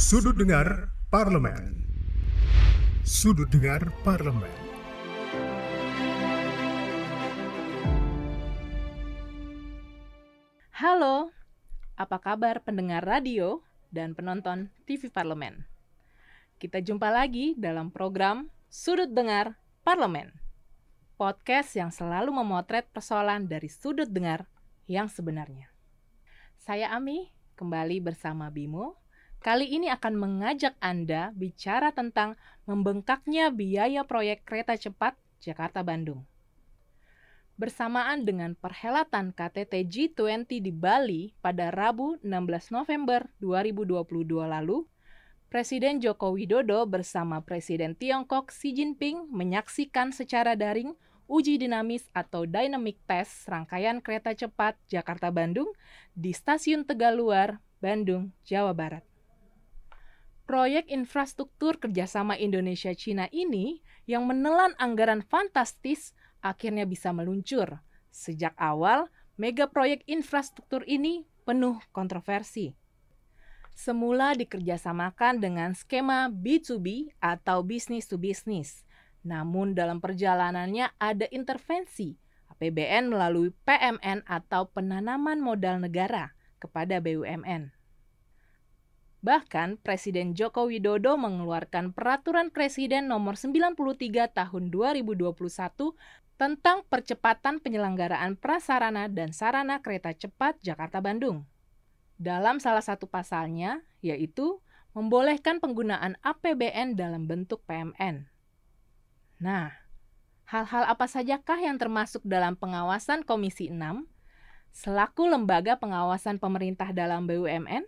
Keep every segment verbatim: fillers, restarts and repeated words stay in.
Sudut Dengar Parlemen. Sudut Dengar Parlemen. Halo, apa kabar pendengar radio dan penonton T V Parlemen? Kita jumpa lagi dalam program Sudut Dengar Parlemen, podcast yang selalu memotret persoalan dari sudut dengar yang sebenarnya. Saya Ami, kembali bersama Bimo. Kali ini akan mengajak Anda bicara tentang membengkaknya biaya proyek kereta cepat Jakarta-Bandung. Bersamaan dengan perhelatan K T T G dua puluh di Bali pada Rabu enam belas November dua ribu dua puluh dua lalu, Presiden Joko Widodo bersama Presiden Tiongkok Xi Jinping menyaksikan secara daring uji dinamis atau dynamic test rangkaian kereta cepat Jakarta-Bandung di Stasiun Tegaluar, Bandung, Jawa Barat. Proyek infrastruktur kerjasama Indonesia-Cina ini yang menelan anggaran fantastis akhirnya bisa meluncur. Sejak awal, mega proyek infrastruktur ini penuh kontroversi. Semula dikerjasamakan dengan skema B to B atau business to business. Namun dalam perjalanannya ada intervensi A P B N melalui P M N atau penanaman modal negara kepada B U M N. Bahkan Presiden Joko Widodo mengeluarkan Peraturan Presiden Nomor sembilan puluh tiga Tahun dua ribu dua puluh satu tentang percepatan penyelenggaraan prasarana dan sarana kereta cepat Jakarta-Bandung. Dalam salah satu pasalnya, yaitu membolehkan penggunaan A P B N dalam bentuk P M N. Nah, hal-hal apa sajakah yang termasuk dalam pengawasan Komisi enam selaku lembaga pengawasan pemerintah dalam B U M N?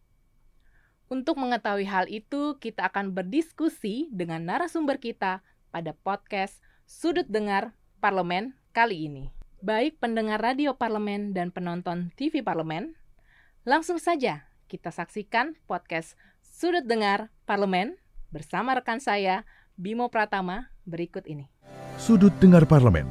Untuk mengetahui hal itu, kita akan berdiskusi dengan narasumber kita pada podcast Sudut Dengar Parlemen kali ini. Baik pendengar radio Parlemen dan penonton T V Parlemen, langsung saja kita saksikan podcast Sudut Dengar Parlemen bersama rekan saya, Bimo Pratama, berikut ini. Sudut Dengar Parlemen.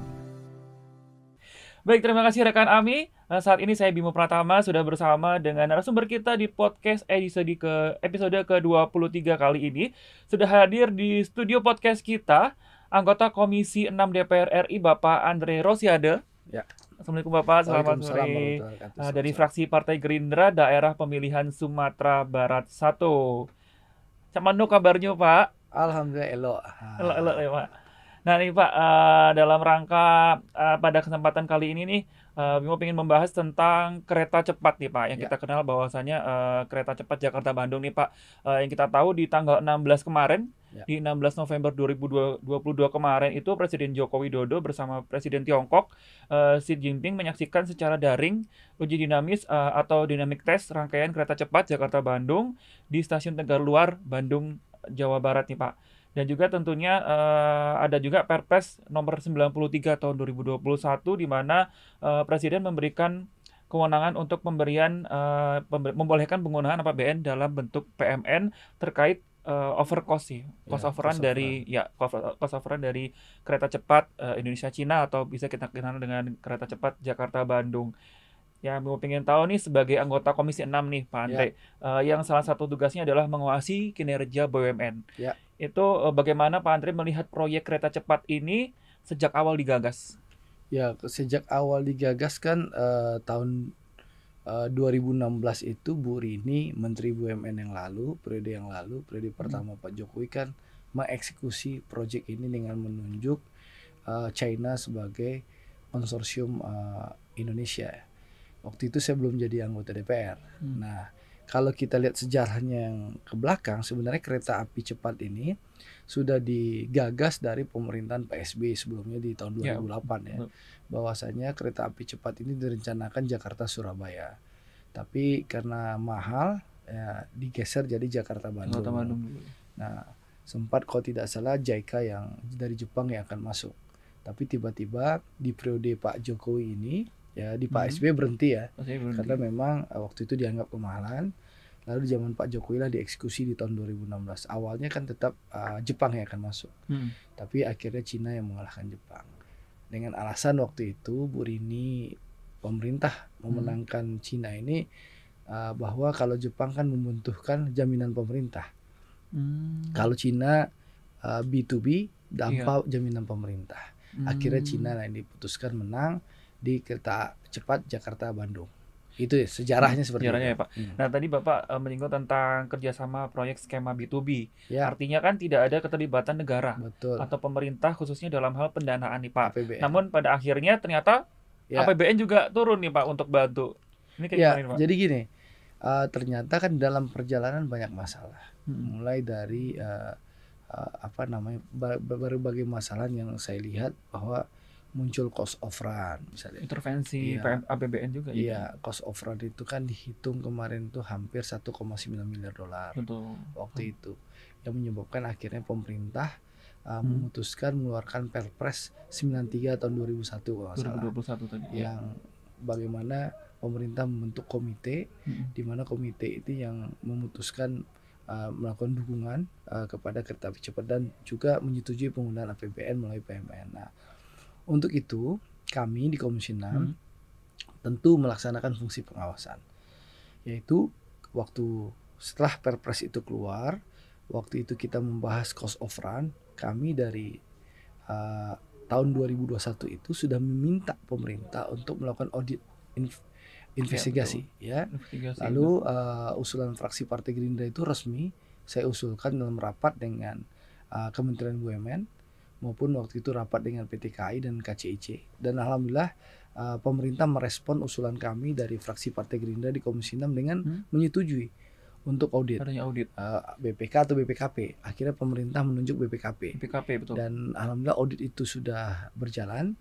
Baik, terima kasih rekan Ami. Saat ini saya Bimo Pratama sudah bersama dengan narasumber kita di podcast edisi ke episode ke dua puluh tiga kali ini. Sudah hadir di studio podcast kita anggota Komisi enam D P R R I Bapak Andre Rosiade. Ya. Assalamualaikum Bapak, selamat sore. Uh, dari fraksi Partai Gerindra Daerah Pemilihan Sumatera Barat satu. Camano kabarnya Pak? Alhamdulillah elok. Elok elok ya Pak. Nah nih Pak, uh, dalam rangka uh, pada kesempatan kali ini nih, uh, Bimo ingin membahas tentang kereta cepat nih Pak, yang Ya. kita kenal bahwasanya uh, kereta cepat Jakarta-Bandung nih Pak, uh, yang kita tahu di tanggal enam belas kemarin, ya. Di enam belas November dua ribu dua puluh dua kemarin itu Presiden Joko Widodo bersama Presiden Tiongkok uh, Xi Jinping menyaksikan secara daring uji dinamis uh, atau dynamic test rangkaian kereta cepat Jakarta-Bandung di Stasiun Tegaluar, Bandung, Jawa Barat nih Pak. Dan juga tentunya uh, ada juga Perpres nomor sembilan puluh tiga tahun dua ribu dua puluh satu di mana uh, Presiden memberikan kewenangan untuk pemberian uh, pember- membolehkan penggunaan A P B N dalam bentuk P M N terkait uh, overcost sih, cost Ya, overrun cost dari ya cost overrun dari kereta cepat uh, Indonesia Cina atau bisa kita kenal dengan kereta cepat Jakarta Bandung. Ya, mau pengen tahu nih sebagai anggota Komisi enam nih Pak Andre, Ya. uh, yang salah satu tugasnya adalah mengawasi kinerja B U M N. Ya. Itu uh, bagaimana Pak Andre melihat proyek kereta cepat ini sejak awal digagas? Ya, sejak awal digagas kan eh, tahun eh, dua ribu enam belas itu Bu Rini, Menteri B U M N yang lalu, periode yang lalu, periode pertama Pak Jokowi kan mengeksekusi proyek ini dengan menunjuk eh, China sebagai konsorsium eh, Indonesia. Waktu itu saya belum jadi anggota D P R. Hmm. Nah, kalau kita lihat sejarahnya yang ke belakang, sebenarnya kereta api cepat ini sudah digagas dari pemerintahan P S B sebelumnya di tahun dua ribu delapan ya. ya. Bahwasanya kereta api cepat ini direncanakan Jakarta-Surabaya. Tapi karena mahal, ya digeser jadi Jakarta-Bandung. Jakarta-Bandung. Nah, sempat kalau tidak salah J I C A yang dari Jepang yang akan masuk. Tapi tiba-tiba di periode Pak Jokowi ini, ya di Pak hmm. S B Y berhenti ya, berhenti. Karena memang uh, waktu itu dianggap kemahalan. Lalu di zaman Pak Jokowi lah dieksekusi di tahun dua ribu enam belas. Awalnya kan tetap uh, Jepang yang akan masuk, hmm. tapi akhirnya Cina yang mengalahkan Jepang. Dengan alasan waktu itu Bu Rini, pemerintah memenangkan hmm. Cina ini uh, bahwa kalau Jepang kan membutuhkan jaminan pemerintah. Hmm. Kalau Cina uh, B to B tanpa Iya. jaminan pemerintah. Hmm. Akhirnya Cina lah yang diputuskan menang di kereta cepat Jakarta Bandung. Itu ya, sejarahnya seperti Sejarahnya itu. ya Pak. Hmm. Nah tadi Bapak uh, menyinggung tentang kerjasama proyek skema B to B. Ya, Artinya kan tidak ada keterlibatan negara betul. atau pemerintah khususnya dalam hal pendanaan nih Pak. A P B N. Namun pada akhirnya ternyata Ya. A P B N juga turun nih Pak untuk bantu. Ini kayak Ya, gimana nih, Pak? jadi gini, uh, ternyata kan dalam perjalanan banyak masalah. Hmm. Mulai dari uh, uh, apa namanya ber- berbagai masalah yang saya lihat bahwa muncul cost of run misalnya. Intervensi Iya. P M A P B N juga ya. Iya, cost of run itu kan dihitung kemarin tuh hampir satu koma sembilan miliar dolar Betul. waktu itu, yang menyebabkan akhirnya pemerintah uh, Hmm. memutuskan mengeluarkan Perpres sembilan puluh tiga tahun dua ribu satu kalau nggak dua ribu salah, dua puluh satu tadi. yang bagaimana pemerintah membentuk komite, Hmm. di mana komite itu yang memutuskan uh, melakukan dukungan uh, kepada kereta api cepat dan juga menyetujui penggunaan A P B N melalui P M N. Nah, untuk itu kami di Komisi enam Hmm. tentu melaksanakan fungsi pengawasan, yaitu waktu setelah Perpres itu keluar, waktu itu kita membahas cost of run, kami dari uh, tahun dua ribu dua puluh satu itu sudah meminta pemerintah untuk melakukan audit inv- investigasi ya. Investigasi. Lalu uh, usulan fraksi Partai Gerindra itu resmi saya usulkan dalam rapat dengan uh, Kementerian B U M N maupun waktu itu rapat dengan P T K I dan K C I C, dan alhamdulillah uh, pemerintah merespon usulan kami dari fraksi Partai Gerindra di Komisi enam dengan Hmm. menyetujui untuk audit adanya audit uh, B P K atau B P K P. Akhirnya pemerintah menunjuk B P K P. B P K P betul. Dan alhamdulillah audit itu sudah berjalan.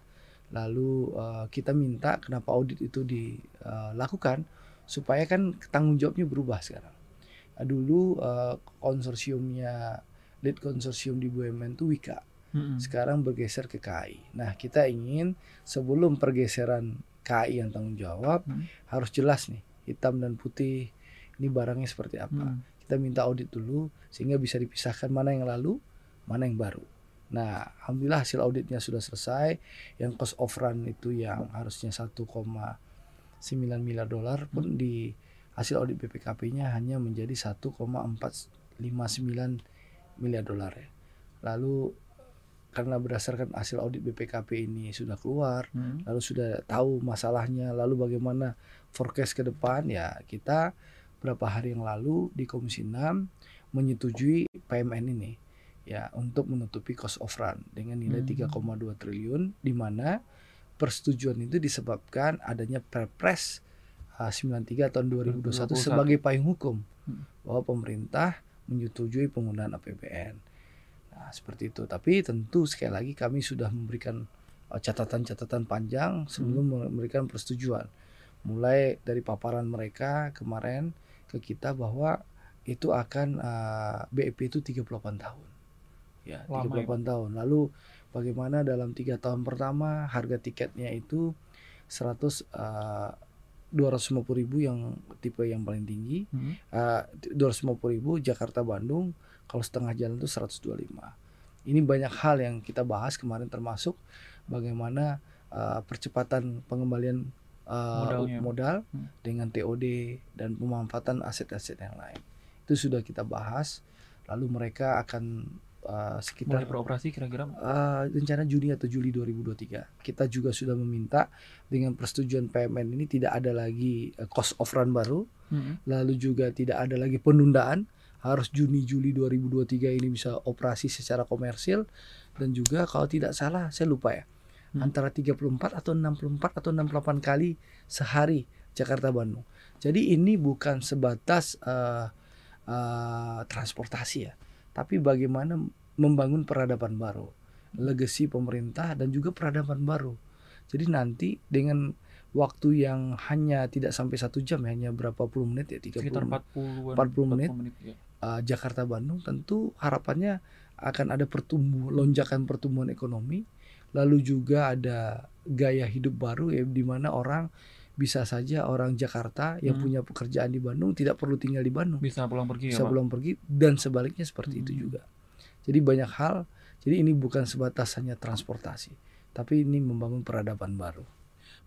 Lalu uh, kita minta kenapa audit itu dilakukan, supaya kan tanggung jawabnya berubah sekarang. Uh, dulu uh, konsorsiumnya lead konsorsium di B U M N itu Wika, Hmm. sekarang bergeser ke K I. Nah, kita ingin sebelum pergeseran K I yang tanggung jawab, Hmm. harus jelas nih hitam dan putih ini barangnya seperti apa. Hmm. Kita minta audit dulu sehingga bisa dipisahkan mana yang lalu, mana yang baru. Nah, alhamdulillah hasil auditnya sudah selesai. Yang cost of run itu yang harusnya satu koma sembilan miliar dolar pun di hasil audit B P K P-nya hanya menjadi satu koma empat lima sembilan miliar dolar ya. Lalu karena berdasarkan hasil audit B P K P ini sudah keluar, Hmm. lalu sudah tahu masalahnya, lalu bagaimana forecast ke depan, ya kita berapa hari yang lalu di Komisi enam menyetujui P M N ini ya untuk menutupi cost of run dengan nilai Hmm. tiga koma dua triliun, di mana persetujuan itu disebabkan adanya Perpres uh, sembilan puluh tiga tahun dua ribu dua puluh satu sebagai payung hukum Hmm. bahwa pemerintah menyetujui penggunaan A P B N. Nah, seperti itu. Tapi tentu sekali lagi kami sudah memberikan uh, catatan-catatan panjang sebelum memberikan persetujuan. Mulai dari paparan mereka kemarin ke kita bahwa itu akan uh, B E P itu tiga puluh delapan tahun. Ya, Lama tiga puluh delapan tahun. Lalu bagaimana dalam tiga tahun pertama harga tiketnya itu seratus uh, dua ratus lima puluh ribu yang tipe yang paling tinggi, Hmm. uh, dua ratus lima puluh ribu Jakarta Bandung, kalau setengah jalan itu seratus dua puluh lima. Ini banyak hal yang kita bahas kemarin, termasuk bagaimana uh, percepatan pengembalian uh, Modalnya. modal Hmm. dengan T O D dan pemanfaatan aset-aset yang lain. Itu sudah kita bahas. Lalu mereka akan uh, sekitar Mulai beroperasi kira-kira. Uh, rencana Juni atau Juli dua ribu dua puluh tiga. Kita juga sudah meminta dengan persetujuan P M N ini tidak ada lagi uh, cost of run baru, Hmm. lalu juga tidak ada lagi penundaan, harus Juni Juli dua ribu dua puluh tiga ini bisa operasi secara komersil, dan juga kalau tidak salah saya lupa ya, Hmm. antara tiga puluh empat atau enam puluh empat atau enam puluh delapan kali sehari Jakarta Bandung. Jadi ini bukan sebatas uh, uh, transportasi ya, tapi bagaimana membangun peradaban baru, legacy pemerintah dan juga peradaban baru. Jadi nanti dengan waktu yang hanya tidak sampai satu jam, hanya berapa puluh menit ya, tiga puluh Sekitar menit, empat puluh empat puluh menit, ya. uh, Jakarta Bandung, tentu harapannya akan ada pertumbuh lonjakan pertumbuhan ekonomi, lalu juga ada gaya hidup baru ya, di mana orang bisa saja orang Jakarta yang Hmm. punya pekerjaan di Bandung tidak perlu tinggal di Bandung, Bisa pulang pergi bisa ya Pak? pulang pergi, dan sebaliknya seperti itu Hmm. juga. Jadi banyak hal. Jadi ini bukan sebatas hanya transportasi, tapi ini membangun peradaban baru.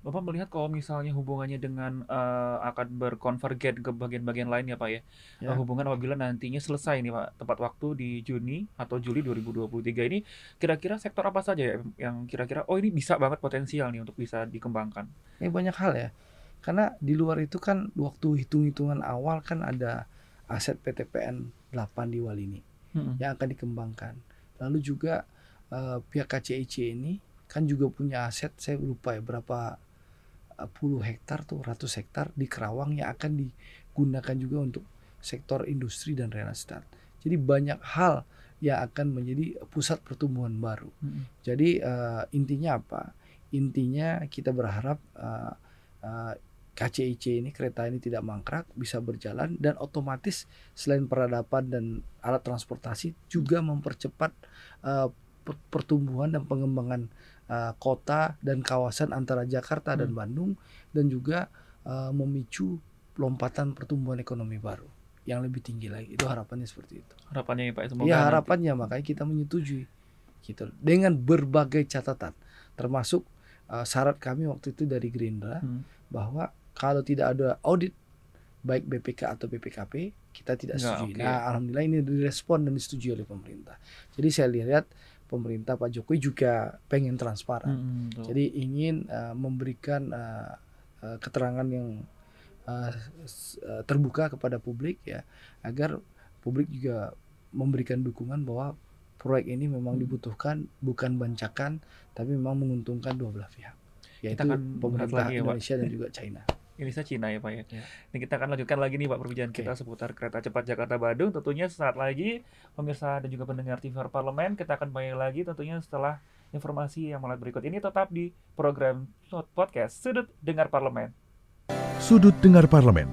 Bapak melihat kalau misalnya hubungannya dengan uh, akan berkonvergen ke bagian-bagian lain ya Pak ya, Ya. Uh, hubungan apabila nantinya selesai nih Pak, tepat waktu di Juni atau Juli dua ribu dua puluh tiga ini, kira-kira sektor apa saja ya yang kira-kira oh ini bisa banget potensial nih untuk bisa dikembangkan? Ini banyak hal ya. Karena di luar itu kan waktu hitung-hitungan awal kan ada aset P T P N delapan di Walini Hmm. yang akan dikembangkan. Lalu juga uh, pihak K C I C ini kan juga punya aset, saya lupa ya berapa uh, puluh hektar tuh, ratus hektar di Kerawang yang akan digunakan juga untuk sektor industri dan real estate. Jadi banyak hal yang akan menjadi pusat pertumbuhan baru. Hmm. Jadi uh, intinya apa? Intinya kita berharap uh, uh, K C I C ini, kereta ini tidak mangkrak, bisa berjalan, dan otomatis selain peradaban dan alat transportasi juga mempercepat uh, pertumbuhan dan pengembangan uh, kota dan kawasan antara Jakarta dan Hmm. Bandung, dan juga uh, memicu lompatan pertumbuhan ekonomi baru yang lebih tinggi lagi. Itu harapannya seperti itu. Harapannya ya Pak, semoga Iya, nanti- harapannya makanya kita menyetujui gitu dengan berbagai catatan, termasuk uh, syarat kami waktu itu dari Gerindra Hmm. bahwa kalau tidak ada audit baik B P K atau B P K P kita tidak Nggak, setuju. oke. Nah, alhamdulillah ini direspon dan disetujui oleh pemerintah. Jadi saya lihat pemerintah Pak Jokowi juga pengen transparan. Hmm, betul. Jadi ingin uh, memberikan uh, uh, keterangan yang uh, s- uh, terbuka kepada publik ya, agar publik juga memberikan dukungan bahwa proyek ini memang Hmm. dibutuhkan, bukan bancakan, tapi memang menguntungkan dua belah pihak, yaitu Kita akan bahas pemerintah lagi ya, Pak. Indonesia dan juga China. Ini saya Cina ya Pak ya. Ya. Ini kita akan lanjutkan lagi nih Pak perbincangan Oke. kita seputar kereta cepat Jakarta Bandung. Tentunya sesaat lagi pemirsa dan juga pendengar T V Parlemen, kita akan kembali lagi tentunya setelah informasi yang menarik berikut ini, tetap di program podcast Sudut Dengar Parlemen. Sudut Dengar Parlemen.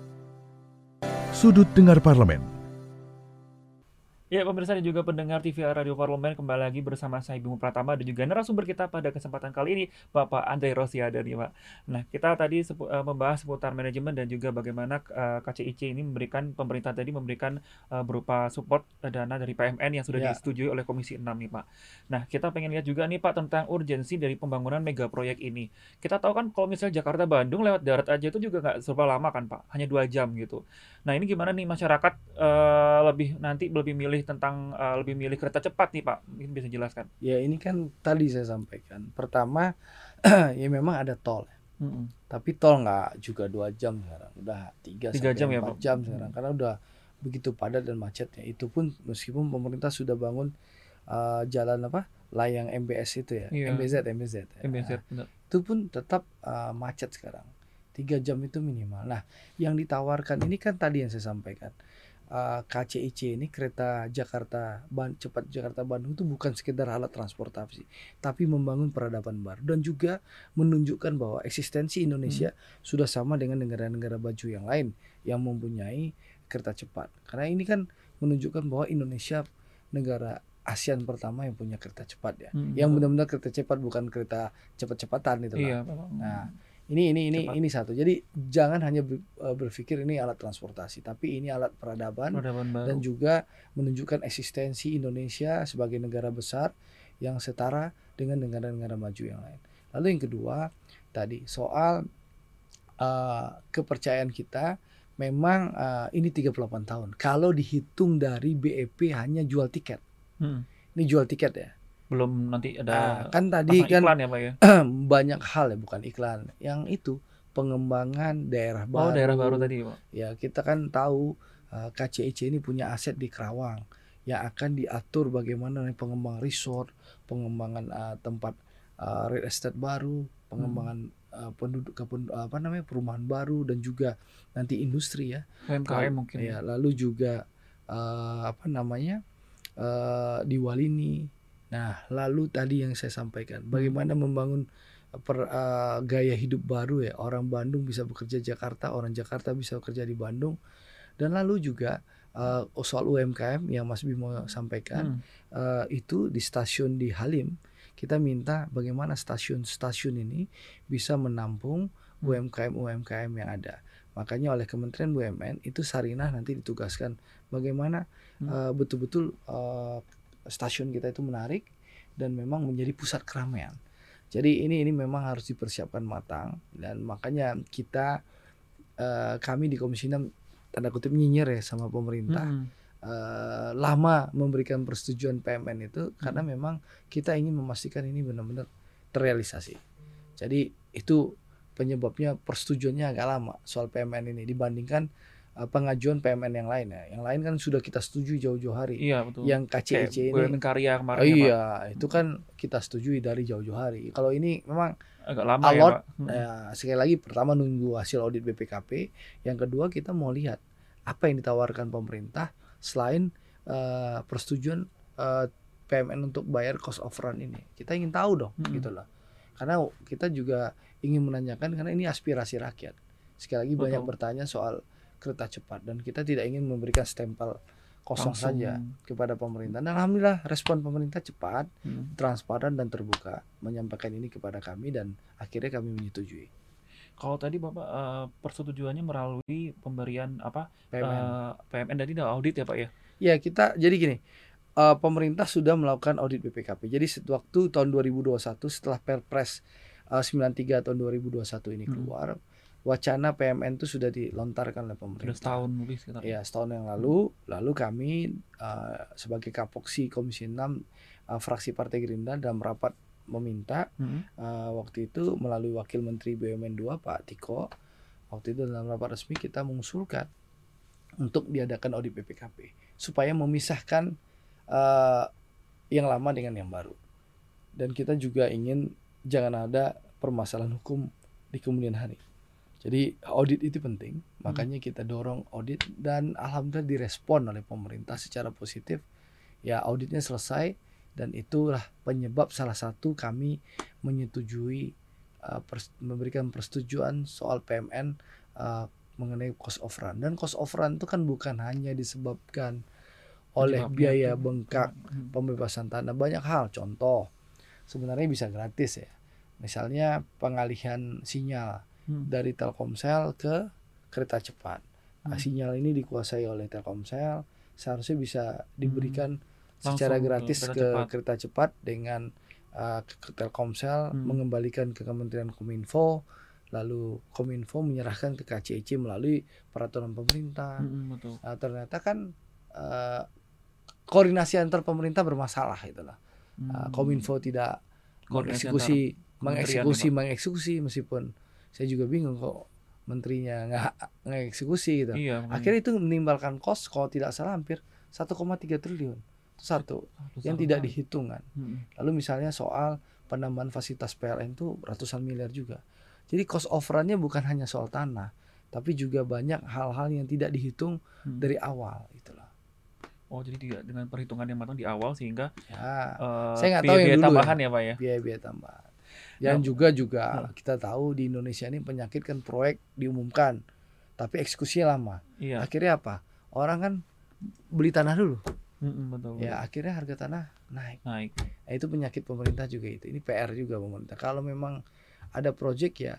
Sudut Dengar Parlemen. Ya pemirsa dan juga pendengar T V Radio Parlemen, kembali lagi bersama saya Bimo Pratama dan juga narasumber kita pada kesempatan kali ini Bapak Andre Rosiade nih Pak. Nah kita tadi sepu, uh, membahas seputar manajemen dan juga bagaimana uh, K C I C ini memberikan, pemerintah tadi memberikan uh, berupa support uh, dana dari P M N yang sudah Ya. disetujui oleh Komisi enam nih Pak. Nah kita pengen lihat juga nih Pak tentang urgensi dari pembangunan mega proyek ini. Kita tahu kan kalau misalnya Jakarta Bandung lewat darat aja itu juga nggak serba lama kan Pak, hanya dua jam gitu. Nah ini gimana nih masyarakat uh, lebih nanti lebih milih tentang uh, lebih milih kereta cepat nih Pak, mungkin bisa jelaskan. Ya ini kan tadi saya sampaikan. Pertama ya memang ada tol, Mm-mm. tapi tol nggak juga dua jam sekarang, udah tiga Tiga sampai jam ya, empat Pak? jam sekarang, karena udah begitu padat dan macetnya. Itu pun meskipun pemerintah sudah bangun uh, jalan apa layang M B S itu ya, Iya. M B Z M B Z ya. M B Z, Nah, benar. itu pun tetap uh, macet sekarang, tiga jam itu minimal. Nah yang ditawarkan ini kan tadi yang saya sampaikan, uh, K C I C ini kereta Jakarta Ban- cepat Jakarta Bandung itu bukan sekedar alat transportasi, tapi membangun peradaban baru dan juga menunjukkan bahwa eksistensi Indonesia sudah sama dengan negara-negara maju yang lain yang mempunyai kereta cepat. Karena ini kan menunjukkan bahwa Indonesia negara ASEAN pertama yang punya kereta cepat ya, Mm, yang betul. benar-benar kereta cepat, bukan kereta cepat-cepatan itu lah. Iya Pak. Nah, ini ini ini Cepat. ini satu. Jadi jangan hanya ber- eh, berpikir ini alat transportasi, tapi ini alat peradaban Peradaban baru. dan juga menunjukkan eksistensi Indonesia sebagai negara besar yang setara dengan negara-negara maju yang lain. Lalu yang kedua tadi soal eh, kepercayaan kita, memang eh, ini tiga puluh delapan tahun. Kalau dihitung dari B E P hanya jual tiket. Mm. Ini jual tiket ya. Belum nanti Nah, ada kan tadi pasang kan iklan ya Pak ya. banyak hal ya, bukan iklan. Yang itu pengembangan daerah baru. Oh daerah baru tadi Pak. Ya, kita kan tahu uh, K C I C ini punya aset di Kerawang yang akan diatur bagaimana nih pengembangan resort, pengembangan uh, tempat uh, real estate baru, pengembangan uh, penduduk kepen- apa namanya perumahan baru, dan juga nanti industri ya. U M K M Lalu- mungkin. Ya, lalu juga uh, apa namanya uh, di Walini. Nah, lalu tadi yang saya sampaikan, bagaimana membangun per, uh, gaya hidup baru ya. Orang Bandung bisa bekerja di Jakarta, orang Jakarta bisa bekerja di Bandung. Dan lalu juga uh, soal U M K M yang Mas Bimo sampaikan, Hmm. uh, itu di stasiun di Halim, kita minta bagaimana stasiun-stasiun ini bisa menampung U M K M U M K M yang ada. Makanya oleh Kementerian B U M N itu Sarinah nanti ditugaskan bagaimana Hmm. uh, betul-betul uh, stasiun kita itu menarik dan memang menjadi pusat keramaian. Jadi ini ini memang harus dipersiapkan matang, dan makanya kita uh, kami di Komisi enam tanda kutip nyinyir ya sama pemerintah. Hmm. Uh, lama memberikan persetujuan P M N itu hmm. karena memang kita ingin memastikan ini benar-benar terrealisasi. Jadi itu penyebabnya persetujuannya agak lama soal P M N ini dibandingkan uh, pengajuan P M N yang lain ya. Yang lain kan sudah kita setujui jauh-jauh hari. Iya, betul. Yang K C E C ini B U M N Karya kemarin. Oh, iya, Pak. Itu kan kita setujui dari jauh-jauh hari. Kalau ini memang agak lama alot, ya, Pak. Hmm. Ya, sekali lagi pertama nunggu hasil audit B P K P, yang kedua kita mau lihat apa yang ditawarkan pemerintah selain uh, persetujuan uh, P M N untuk bayar cost of run ini. Kita ingin tahu dong, hmm. gitu loh. Karena kita juga ingin menanyakan karena ini aspirasi rakyat. Sekali lagi Betul. banyak bertanya soal kereta cepat dan kita tidak ingin memberikan stempel kosong Langsung. saja kepada pemerintah. Dan alhamdulillah respon pemerintah cepat, hmm. transparan dan terbuka menyampaikan ini kepada kami dan akhirnya kami menyetujui. Kalau tadi Bapak uh, persetujuannya melalui pemberian apa P M N, uh, P M N tadi udah audit ya Pak ya? Ya kita jadi gini, uh, pemerintah sudah melakukan audit B P K P. Jadi waktu tahun dua ribu dua puluh satu setelah Perpres uh, sembilan puluh tiga tahun dua ribu dua puluh satu ini keluar, hmm. wacana P M N itu sudah dilontarkan oleh pemerintah. Sudah setahun lebih sekitar. Ya setahun yang lalu, lalu kami uh, sebagai Kapoksi Komisi enam uh, fraksi Partai Gerindra dalam rapat meminta hmm. uh, waktu itu melalui Wakil Menteri B U M N dua Pak Tiko, waktu itu dalam rapat resmi kita mengusulkan untuk diadakan audit B P K P supaya memisahkan uh, yang lama dengan yang baru, dan kita juga ingin jangan ada permasalahan hukum di kemudian hari. Jadi audit itu penting, makanya kita dorong audit dan alhamdulillah direspon oleh pemerintah secara positif. Ya auditnya selesai. Dan itulah penyebab salah satu kami menyetujui uh, pers- memberikan persetujuan soal P M N uh, mengenai cost of run. Dan cost of run itu kan bukan hanya disebabkan oleh Penyebabnya biaya itu. bengkak, hmm. pembebasan tanah, banyak hal. Contoh, sebenarnya bisa gratis ya. Misalnya pengalihan sinyal hmm. dari Telkomsel ke kereta cepat. Hmm. Nah, sinyal ini dikuasai oleh Telkomsel, seharusnya bisa diberikan hmm. secara gratis ke kereta cepat, kereta cepat dengan uh, ke Telkomsel hmm. mengembalikan ke Kementerian Kominfo, lalu Kominfo menyerahkan ke K C E C melalui peraturan pemerintah. Hmm, betul. Nah, ternyata kan uh, koordinasi antar pemerintah bermasalah itulah. Hmm. Uh, Kominfo tidak mengeksekusi, mengeksekusi, mengeksekusi meskipun saya juga bingung kok menterinya nggak ngeksekusi gitu. Iya, akhirnya itu menimbulkan kos kalau tidak salah hampir satu koma tiga triliun. Satu yang tidak dihitungan. Hmm. Lalu misalnya soal penambahan fasilitas P L N itu ratusan miliar juga. Jadi cost of run-nya bukan hanya soal tanah, tapi juga banyak hal-hal yang tidak dihitung hmm. dari awal itulah. Oh, jadi tidak dengan perhitungan yang matang di awal sehingga ya, uh, saya nggak tahu yang dulu tambahan ya, ya Pak ya. Biaya-biaya tambahan. Dan nah, juga juga hmm. kita tahu di Indonesia ini penyakit kan proyek diumumkan, tapi eksekusinya lama. Iya. Akhirnya apa? Orang kan beli tanah dulu. Mm-mm, betul, ya betul. Akhirnya harga tanah naik. Naik. Nah, itu penyakit pemerintah juga itu. Ini P R juga pemerintah. Kalau memang ada proyek ya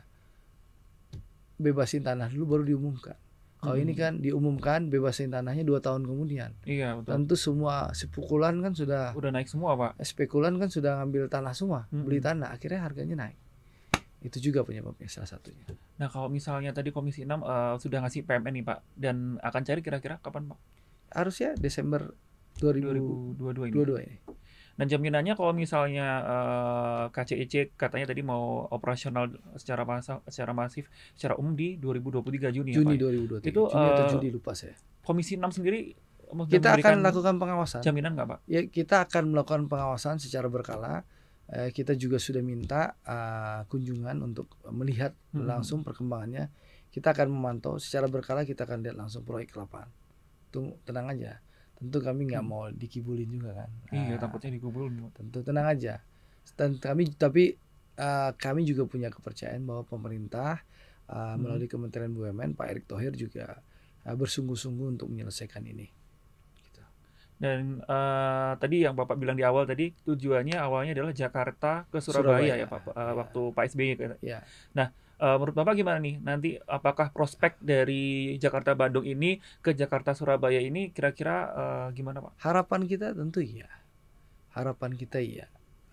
bebasin tanah dulu baru diumumkan. Kalau mm. ini kan diumumkan bebasin tanahnya dua tahun kemudian. Iya betul. Tentu semua spekulan kan sudah. Udah naik semua Pak. Spekulan kan sudah ngambil tanah semua, mm. beli tanah. Akhirnya harganya naik. Itu juga penyebabnya salah satunya. Nah kalau misalnya tadi Komisi enam uh, sudah ngasih P M N nih Pak dan akan cari kira-kira kapan Pak? Harusnya Desember dua ribu dua puluh dua ini. Dan jaminannya kalau misalnya uh, K C E C katanya tadi mau operasional secara masa, secara masif, secara umum di dua ribu dua puluh tiga Juni. Juni ya, dua ribu dua puluh tiga. Itu Juni atau uh, Juli lupa saya. Komisi enam sendiri kita akan lakukan pengawasan. Jaminan nggak Pak? Ya kita akan melakukan pengawasan secara berkala. Eh, kita juga sudah minta uh, kunjungan untuk melihat hmm. langsung perkembangannya. Kita akan memantau secara berkala, kita akan lihat langsung proyek ke lapangan. Tunggu, tenang aja. Tentu kami nggak hmm. mau dikibulin juga kan. Iya, nah, takutnya dikibulin. Tentu tenang aja. Dan kami tapi uh, kami juga punya kepercayaan bahwa pemerintah uh, hmm. melalui Kementerian B U M N Pak Erick Thohir juga uh, bersungguh-sungguh untuk menyelesaikan ini. Gitu. Dan uh, tadi yang Bapak bilang di awal tadi tujuannya awalnya adalah Jakarta ke Surabaya, Surabaya ya Pak. Uh, ya. Waktu Pak S B Y. Ya. Nah. Uh, menurut Bapak gimana nih nanti apakah prospek dari Jakarta Bandung ini ke Jakarta Surabaya ini kira-kira uh, gimana Pak? Harapan kita tentu iya, harapan kita iya.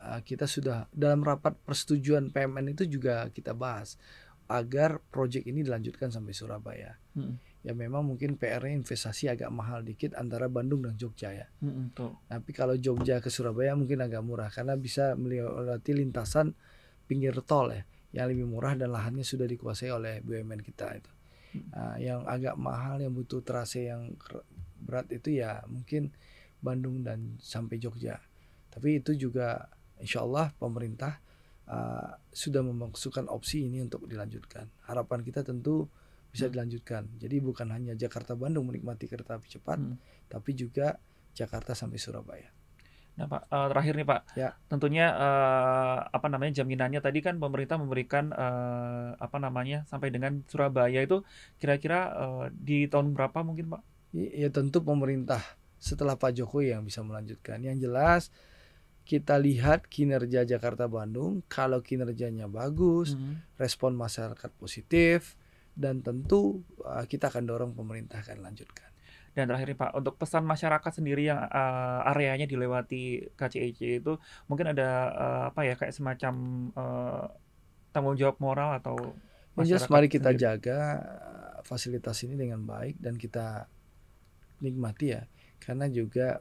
uh, kita sudah dalam rapat persetujuan P M N itu juga kita bahas agar proyek ini dilanjutkan sampai Surabaya. Hmm. Ya memang mungkin P R-nya investasi agak mahal dikit antara Bandung dan Jogja ya. Hmm, Tapi kalau Jogja ke Surabaya mungkin agak murah karena bisa melewati lintasan pinggir tol ya, yang lebih murah dan lahannya sudah dikuasai oleh B U M N kita itu. Hmm. Nah, yang agak mahal yang butuh trase yang berat itu ya mungkin Bandung dan sampai Jogja. Tapi itu juga insya Allah pemerintah uh, sudah memasukkan opsi ini untuk dilanjutkan. Harapan kita tentu bisa dilanjutkan. Jadi bukan hanya Jakarta Bandung menikmati kereta api cepat, hmm. tapi juga Jakarta sampai Surabaya. Nah Pak, uh, terakhir nih Pak, ya. tentunya uh, apa namanya jaminannya tadi kan pemerintah memberikan uh, apa namanya sampai dengan Surabaya itu kira-kira uh, di tahun berapa mungkin Pak? Ya tentu pemerintah setelah Pak Jokowi yang bisa melanjutkan. Yang jelas kita lihat kinerja Jakarta Bandung, kalau kinerjanya bagus, hmm. respon masyarakat positif. Dan tentu uh, kita akan dorong pemerintah akan lanjutkan. Dan terakhir Pak, untuk pesan masyarakat sendiri yang uh, areanya dilewati K C I C itu mungkin ada uh, apa ya kayak semacam uh, tanggung jawab moral atau masyarakat. Mari kita sendiri. jaga fasilitas ini dengan baik dan kita nikmati ya. Karena juga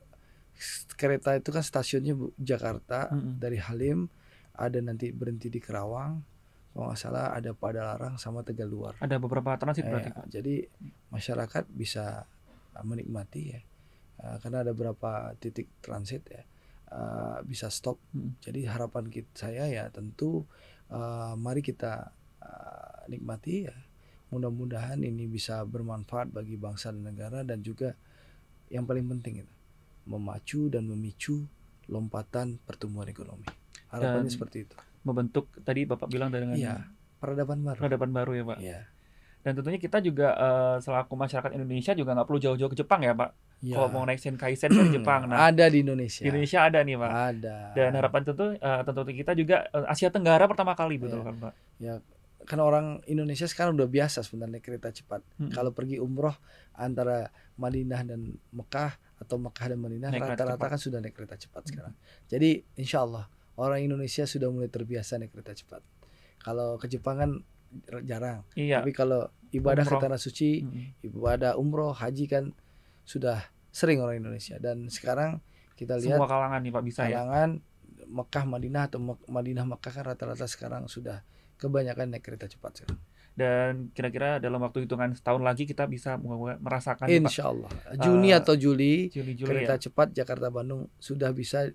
kereta itu kan stasiunnya Jakarta, mm-hmm. dari Halim ada nanti berhenti di Kerawang. Kalau nggak salah ada Padalarang sama Tegaluar. Ada beberapa transit berarti. Eh, jadi masyarakat bisa menikmati ya, uh, karena ada beberapa titik transit ya, uh, bisa stop. Hmm. Jadi harapan kita, saya ya tentu uh, mari kita uh, nikmati ya. Mudah-mudahan ini bisa bermanfaat bagi bangsa dan negara dan juga yang paling penting itu memacu dan memicu lompatan pertumbuhan ekonomi. Harapannya dan seperti itu. Membentuk tadi Bapak bilang dengan ya, peradaban baru. Peradaban baru ya Pak. Ya. Dan tentunya kita juga uh, selaku masyarakat Indonesia juga nggak perlu jauh-jauh ke Jepang ya Pak. Ya. Kalau mau naik Shinkansen dari Jepang. Nah, ada di Indonesia. Di Indonesia ada nih Pak. Ada. Dan harapan tentu uh, tentu kita juga uh, Asia Tenggara pertama kali betul ya. kan Pak. Ya, kan orang Indonesia sekarang udah biasa sebenarnya kereta cepat. Hmm. Kalau pergi umroh antara Madinah dan Mekah atau Mekah dan Madinah rata-rata kan sudah naik kereta cepat hmm. sekarang. Jadi insya Allah orang Indonesia sudah mulai terbiasa naik kereta cepat. Kalau ke Jepang kan jarang. Iya. Tapi kalau ibadah umroh. ke Tanah Suci, hmm. ibadah umroh, haji kan sudah sering orang Indonesia. Dan sekarang kita lihat semua kalangan nih Pak bisa kalangan, ya. Kalangan Mekah Madinah atau Madinah Mekah kan rata-rata sekarang sudah kebanyakan naik kereta cepat sekarang. Dan kira-kira dalam waktu hitungan setahun lagi kita bisa merasakan insya Allah Pak, Juni uh, atau Juli, Juli, Juli kereta ya. cepat Jakarta Bandung sudah bisa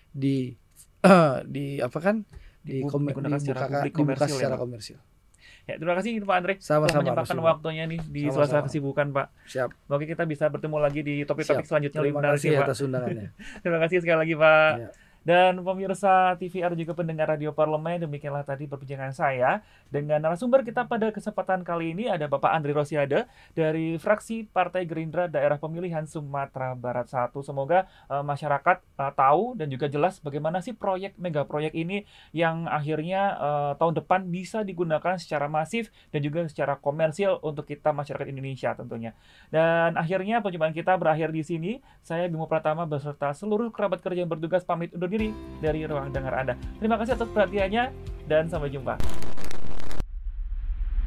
di uh, di apa kan di Dibu- digunakan secara publik dibuka komersil secara ya, komersil. Ya, terima kasih Pak Andre Sama-sama, telah menyempatkan waktunya nih di sela-sela kesibukan Pak. Siap. Semoga kita bisa bertemu lagi di topik-topik Siap. selanjutnya Terima lebih kasih menarik atas undangannya. Terima kasih sekali lagi Pak. Ya. Dan pemirsa T V R juga pendengar Radio Parlemen, demikianlah tadi perbincangan saya dengan narasumber kita pada kesempatan kali ini ada Bapak Andre Rosiade dari fraksi Partai Gerindra Daerah Pemilihan Sumatera Barat satu. Semoga uh, masyarakat uh, tahu dan juga jelas bagaimana sih proyek mega proyek ini yang akhirnya uh, tahun depan bisa digunakan secara masif dan juga secara komersil untuk kita masyarakat Indonesia tentunya. Dan akhirnya perjumpaan kita berakhir di sini. Saya Bimo Pratama beserta seluruh kerabat kerja yang bertugas pamit undur diri dari ruang dengar Anda. Terima kasih atas perhatiannya dan sampai jumpa.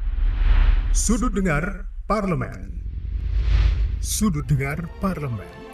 Sudut Dengar Parlemen. Sudut Dengar Parlemen.